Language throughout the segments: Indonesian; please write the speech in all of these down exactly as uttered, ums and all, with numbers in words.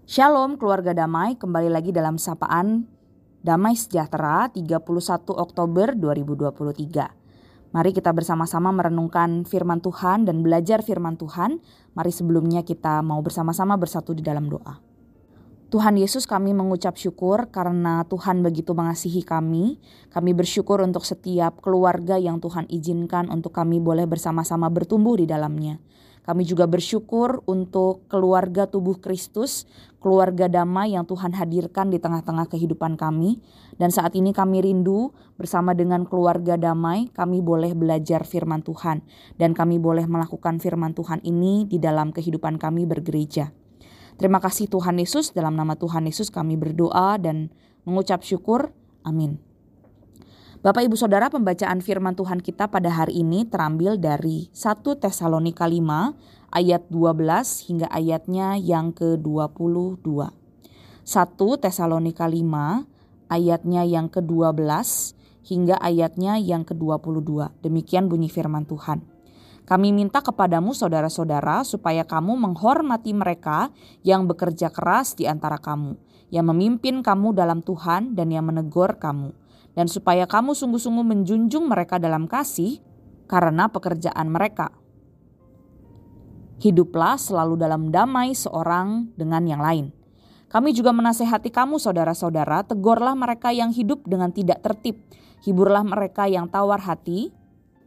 Shalom keluarga damai, kembali lagi dalam sapaan Damai Sejahtera tiga puluh satu Oktober dua ribu dua puluh tiga. Mari kita bersama-sama merenungkan firman Tuhan dan belajar firman Tuhan. Mari sebelumnya kita mau bersama-sama bersatu di dalam doa. Tuhan Yesus, kami mengucap syukur karena Tuhan begitu mengasihi kami. Kami bersyukur untuk setiap keluarga yang Tuhan izinkan untuk kami boleh bersama-sama bertumbuh di dalamnya. Kami juga bersyukur untuk keluarga tubuh Kristus, keluarga damai yang Tuhan hadirkan di tengah-tengah kehidupan kami. Dan saat ini kami rindu bersama dengan keluarga damai, kami boleh belajar firman Tuhan. Dan kami boleh melakukan firman Tuhan ini di dalam kehidupan kami bergereja. Terima kasih Tuhan Yesus, dalam nama Tuhan Yesus kami berdoa dan mengucap syukur. Amin. Bapak Ibu Saudara, pembacaan firman Tuhan kita pada hari ini terambil dari satu Tesalonika lima ayat dua belas hingga ayatnya yang ke dua puluh dua. satu Tesalonika lima ayatnya yang ke dua belas hingga ayatnya yang ke dua puluh dua. Demikian bunyi firman Tuhan. Kami minta kepadamu saudara-saudara supaya kamu menghormati mereka yang bekerja keras di antara kamu, yang memimpin kamu dalam Tuhan dan yang menegur kamu. Dan supaya kamu sungguh-sungguh menjunjung mereka dalam kasih karena pekerjaan mereka. Hiduplah selalu dalam damai seorang dengan yang lain. Kami juga menasehati kamu saudara-saudara, tegurlah mereka yang hidup dengan tidak tertib. Hiburlah mereka yang tawar hati.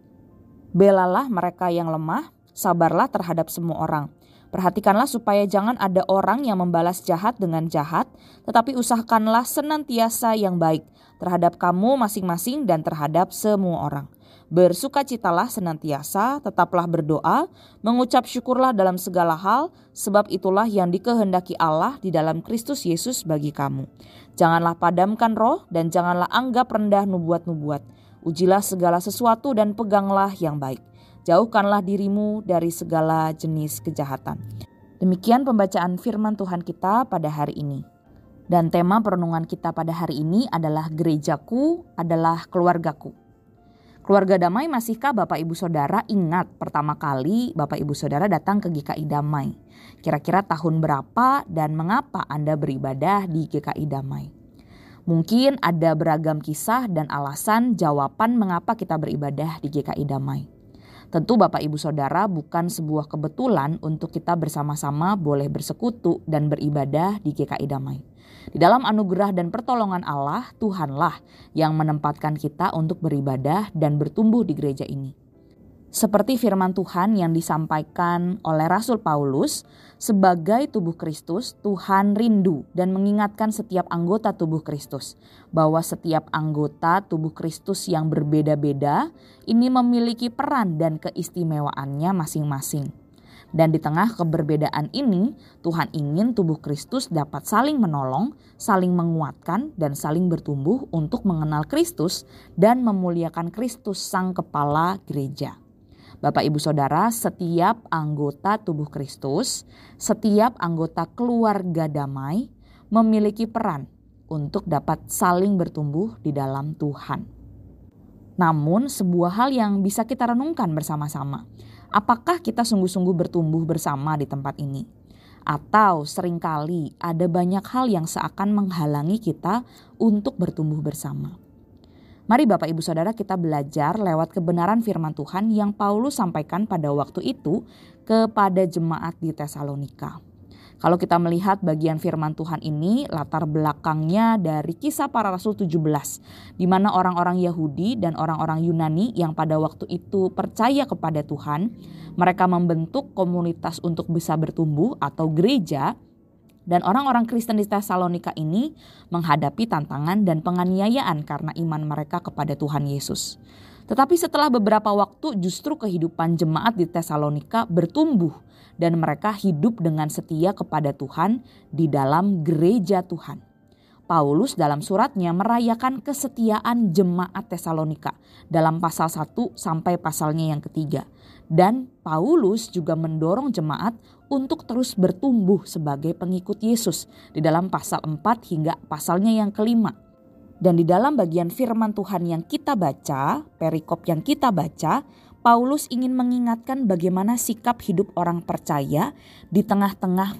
Belalah mereka yang lemah, sabarlah terhadap semua orang. Perhatikanlah supaya jangan ada orang yang membalas jahat dengan jahat, tetapi usahakanlah senantiasa yang baik terhadap kamu masing-masing dan terhadap semua orang. Bersukacitalah senantiasa, tetaplah berdoa, mengucap syukurlah dalam segala hal, sebab itulah yang dikehendaki Allah di dalam Kristus Yesus bagi kamu. Janganlah padamkan roh dan janganlah anggap rendah nubuat-nubuat. Ujilah segala sesuatu dan peganglah yang baik. Jauhkanlah dirimu dari segala jenis kejahatan. Demikian pembacaan firman Tuhan kita pada hari ini. Dan tema perenungan kita pada hari ini adalah gerejaku adalah keluargaku. Keluarga damai, masihkah Bapak Ibu Saudara ingat pertama kali Bapak Ibu Saudara datang ke G K I Damai? Kira-kira tahun berapa dan mengapa Anda beribadah di G K I Damai? Mungkin ada beragam kisah dan alasan jawaban mengapa kita beribadah di G K I Damai. Tentu Bapak Ibu Saudara bukan sebuah kebetulan untuk kita bersama-sama boleh bersekutu dan beribadah di G K I Damai. Di dalam anugerah dan pertolongan Allah, Tuhanlah yang menempatkan kita untuk beribadah dan bertumbuh di gereja ini. Seperti firman Tuhan yang disampaikan oleh Rasul Paulus, sebagai tubuh Kristus, Tuhan rindu dan mengingatkan setiap anggota tubuh Kristus bahwa setiap anggota tubuh Kristus yang berbeda-beda ini memiliki peran dan keistimewaannya masing-masing. Dan di tengah keberbedaan ini, Tuhan ingin tubuh Kristus dapat saling menolong, saling menguatkan, dan saling bertumbuh untuk mengenal Kristus dan memuliakan Kristus Sang Kepala Gereja. Bapak Ibu Saudara, setiap anggota tubuh Kristus, setiap anggota keluarga damai memiliki peran untuk dapat saling bertumbuh di dalam Tuhan. Namun sebuah hal yang bisa kita renungkan bersama-sama, apakah kita sungguh-sungguh bertumbuh bersama di tempat ini? Atau seringkali ada banyak hal yang seakan menghalangi kita untuk bertumbuh bersama? Mari Bapak Ibu Saudara kita belajar lewat kebenaran firman Tuhan yang Paulus sampaikan pada waktu itu kepada jemaat di Tesalonika. Kalau kita melihat bagian firman Tuhan ini, latar belakangnya dari Kisah Para Rasul tujuh belas, di mana orang-orang Yahudi dan orang-orang Yunani yang pada waktu itu percaya kepada Tuhan, mereka membentuk komunitas untuk bisa bertumbuh atau gereja, dan orang-orang Kristen di Tesalonika ini menghadapi tantangan dan penganiayaan karena iman mereka kepada Tuhan Yesus. Tetapi setelah beberapa waktu justru kehidupan jemaat di Tesalonika bertumbuh dan mereka hidup dengan setia kepada Tuhan di dalam gereja Tuhan. Paulus dalam suratnya merayakan kesetiaan jemaat Tesalonika dalam pasal satu sampai pasalnya yang ketiga. Dan Paulus juga mendorong jemaat untuk terus bertumbuh sebagai pengikut Yesus di dalam pasal empat hingga pasalnya yang kelima. Dan di dalam bagian firman Tuhan yang kita baca, perikop yang kita baca, Paulus ingin mengingatkan bagaimana sikap hidup orang percaya di tengah-tengah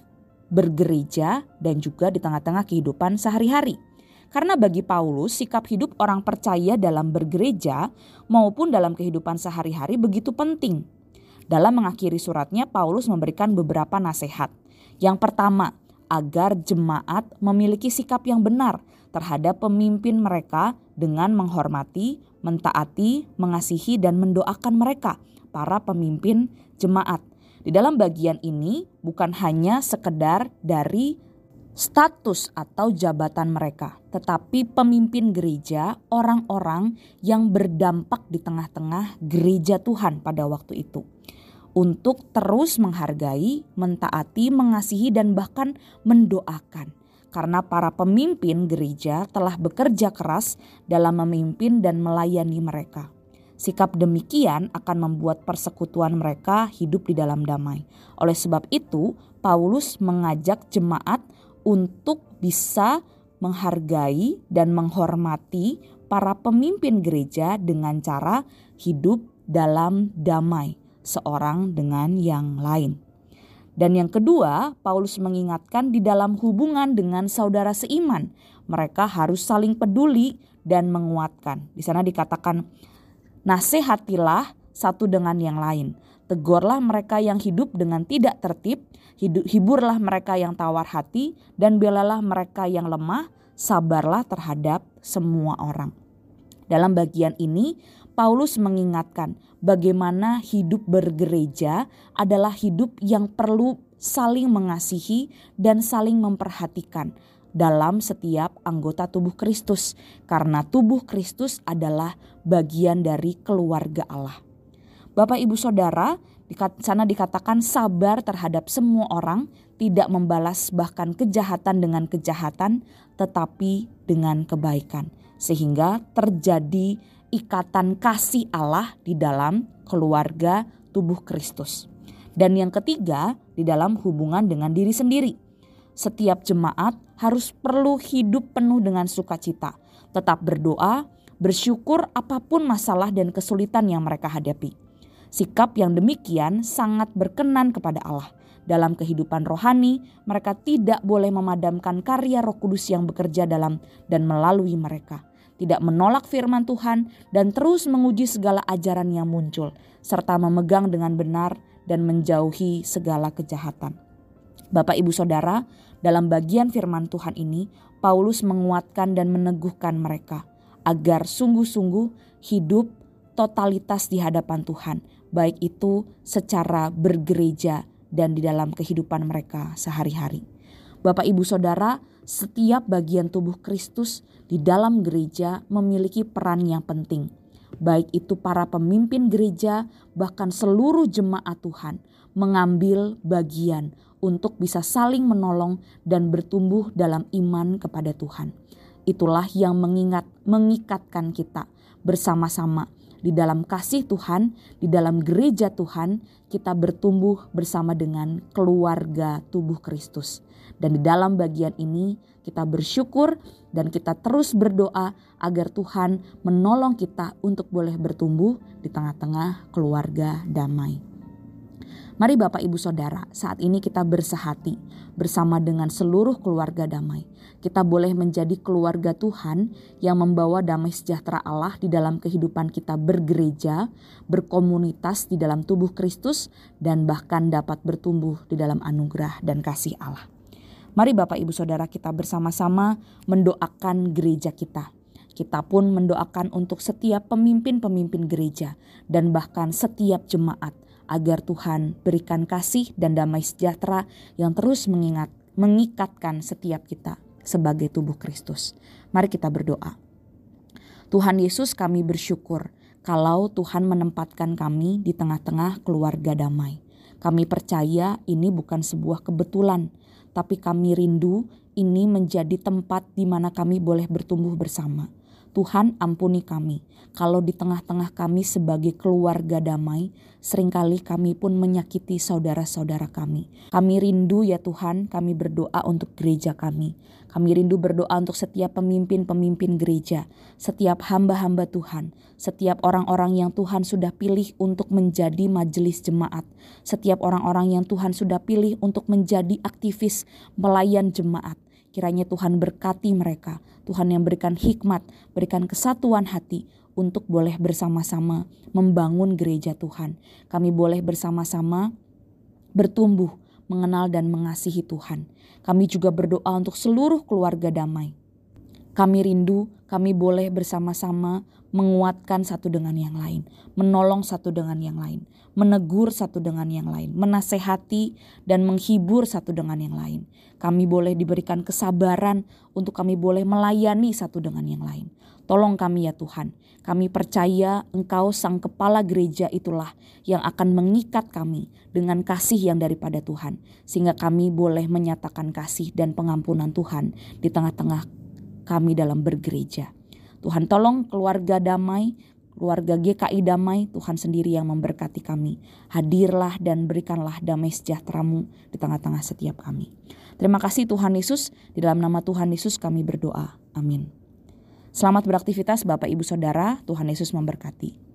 bergereja, dan juga di tengah-tengah kehidupan sehari-hari. Karena bagi Paulus, sikap hidup orang percaya dalam bergereja maupun dalam kehidupan sehari-hari begitu penting. Dalam mengakhiri suratnya, Paulus memberikan beberapa nasihat. Yang pertama, agar jemaat memiliki sikap yang benar terhadap pemimpin mereka dengan menghormati, mentaati, mengasihi, dan mendoakan mereka, para pemimpin jemaat. Di dalam bagian ini bukan hanya sekedar dari status atau jabatan mereka, tetapi pemimpin gereja, orang-orang yang berdampak di tengah-tengah gereja Tuhan pada waktu itu. Untuk terus menghargai, mentaati, mengasihi, dan bahkan mendoakan. Karena para pemimpin gereja telah bekerja keras dalam memimpin dan melayani mereka. Sikap demikian akan membuat persekutuan mereka hidup di dalam damai. Oleh sebab itu, Paulus mengajak jemaat untuk bisa menghargai dan menghormati para pemimpin gereja dengan cara hidup dalam damai seorang dengan yang lain. Dan yang kedua, Paulus mengingatkan di dalam hubungan dengan saudara seiman, mereka harus saling peduli dan menguatkan. Di sana dikatakan, nasihatilah satu dengan yang lain. Tegurlah mereka yang hidup dengan tidak tertib, hiburlah mereka yang tawar hati, dan belalah mereka yang lemah, sabarlah terhadap semua orang. Dalam bagian ini, Paulus mengingatkan bagaimana hidup bergereja adalah hidup yang perlu saling mengasihi dan saling memperhatikan dalam setiap anggota tubuh Kristus. Karena tubuh Kristus adalah bagian dari keluarga Allah. Bapak Ibu Saudara, di sana dikatakan sabar terhadap semua orang, tidak membalas bahkan kejahatan dengan kejahatan, tetapi dengan kebaikan. Sehingga terjadi ikatan kasih Allah di dalam keluarga tubuh Kristus. Dan yang ketiga, di dalam hubungan dengan diri sendiri. Setiap jemaat harus perlu hidup penuh dengan sukacita, tetap berdoa, bersyukur apapun masalah dan kesulitan yang mereka hadapi. Sikap yang demikian sangat berkenan kepada Allah. Dalam kehidupan rohani, mereka tidak boleh memadamkan karya Roh Kudus yang bekerja dalam dan melalui mereka. Tidak menolak firman Tuhan dan terus menguji segala ajaran yang muncul, serta memegang dengan benar dan menjauhi segala kejahatan. Bapak Ibu Saudara, dalam bagian firman Tuhan ini, Paulus menguatkan dan meneguhkan mereka agar sungguh-sungguh hidup totalitas di hadapan Tuhan, baik itu secara bergereja dan di dalam kehidupan mereka sehari-hari. Bapak Ibu Saudara, setiap bagian tubuh Kristus di dalam gereja memiliki peran yang penting. Baik itu para pemimpin gereja, bahkan seluruh jemaat Tuhan mengambil bagian untuk bisa saling menolong dan bertumbuh dalam iman kepada Tuhan. Itulah yang mengingat, mengikatkan kita bersama-sama di dalam kasih Tuhan, di dalam gereja Tuhan, kita bertumbuh bersama dengan keluarga tubuh Kristus. Dan di dalam bagian ini kita bersyukur dan kita terus berdoa agar Tuhan menolong kita untuk boleh bertumbuh di tengah-tengah keluarga damai. Mari Bapak Ibu Saudara, saat ini kita bersehati bersama dengan seluruh keluarga damai. Kita boleh menjadi keluarga Tuhan yang membawa damai sejahtera Allah di dalam kehidupan kita bergereja, berkomunitas di dalam tubuh Kristus, dan bahkan dapat bertumbuh di dalam anugerah dan kasih Allah. Mari Bapak Ibu Saudara, kita bersama-sama mendoakan gereja kita. Kita pun mendoakan untuk setiap pemimpin-pemimpin gereja dan bahkan setiap jemaat, agar Tuhan berikan kasih dan damai sejahtera yang terus mengingat, mengikatkan setiap kita sebagai tubuh Kristus. Mari kita berdoa. Tuhan Yesus, kami bersyukur kalau Tuhan menempatkan kami di tengah-tengah keluarga damai. Kami percaya ini bukan sebuah kebetulan, tapi kami rindu ini menjadi tempat di mana kami boleh bertumbuh bersama. Tuhan ampuni kami, kalau di tengah-tengah kami sebagai keluarga damai, seringkali kami pun menyakiti saudara-saudara kami. Kami rindu ya Tuhan, kami berdoa untuk gereja kami. Kami rindu berdoa untuk setiap pemimpin-pemimpin gereja, setiap hamba-hamba Tuhan, setiap orang-orang yang Tuhan sudah pilih untuk menjadi majelis jemaat, setiap orang-orang yang Tuhan sudah pilih untuk menjadi aktivis pelayan jemaat. Kiranya Tuhan berkati mereka, Tuhan yang berikan hikmat, berikan kesatuan hati untuk boleh bersama-sama membangun gereja Tuhan. Kami boleh bersama-sama bertumbuh, mengenal dan mengasihi Tuhan. Kami juga berdoa untuk seluruh keluarga damai. Kami rindu, kami boleh bersama-sama menguatkan satu dengan yang lain, menolong satu dengan yang lain, menegur satu dengan yang lain, menasehati dan menghibur satu dengan yang lain. Kami boleh diberikan kesabaran untuk kami boleh melayani satu dengan yang lain. Tolong kami ya Tuhan, kami percaya Engkau Sang Kepala Gereja itulah yang akan mengikat kami dengan kasih yang daripada Tuhan, sehingga kami boleh menyatakan kasih dan pengampunan Tuhan di tengah-tengah kami dalam bergereja. Tuhan tolong keluarga damai, keluarga G K I damai, Tuhan sendiri yang memberkati kami. Hadirlah dan berikanlah damai sejahtera-Mu di tengah-tengah setiap kami. Terima kasih Tuhan Yesus, di dalam nama Tuhan Yesus kami berdoa. Amin. Selamat beraktivitas Bapak Ibu Saudara, Tuhan Yesus memberkati.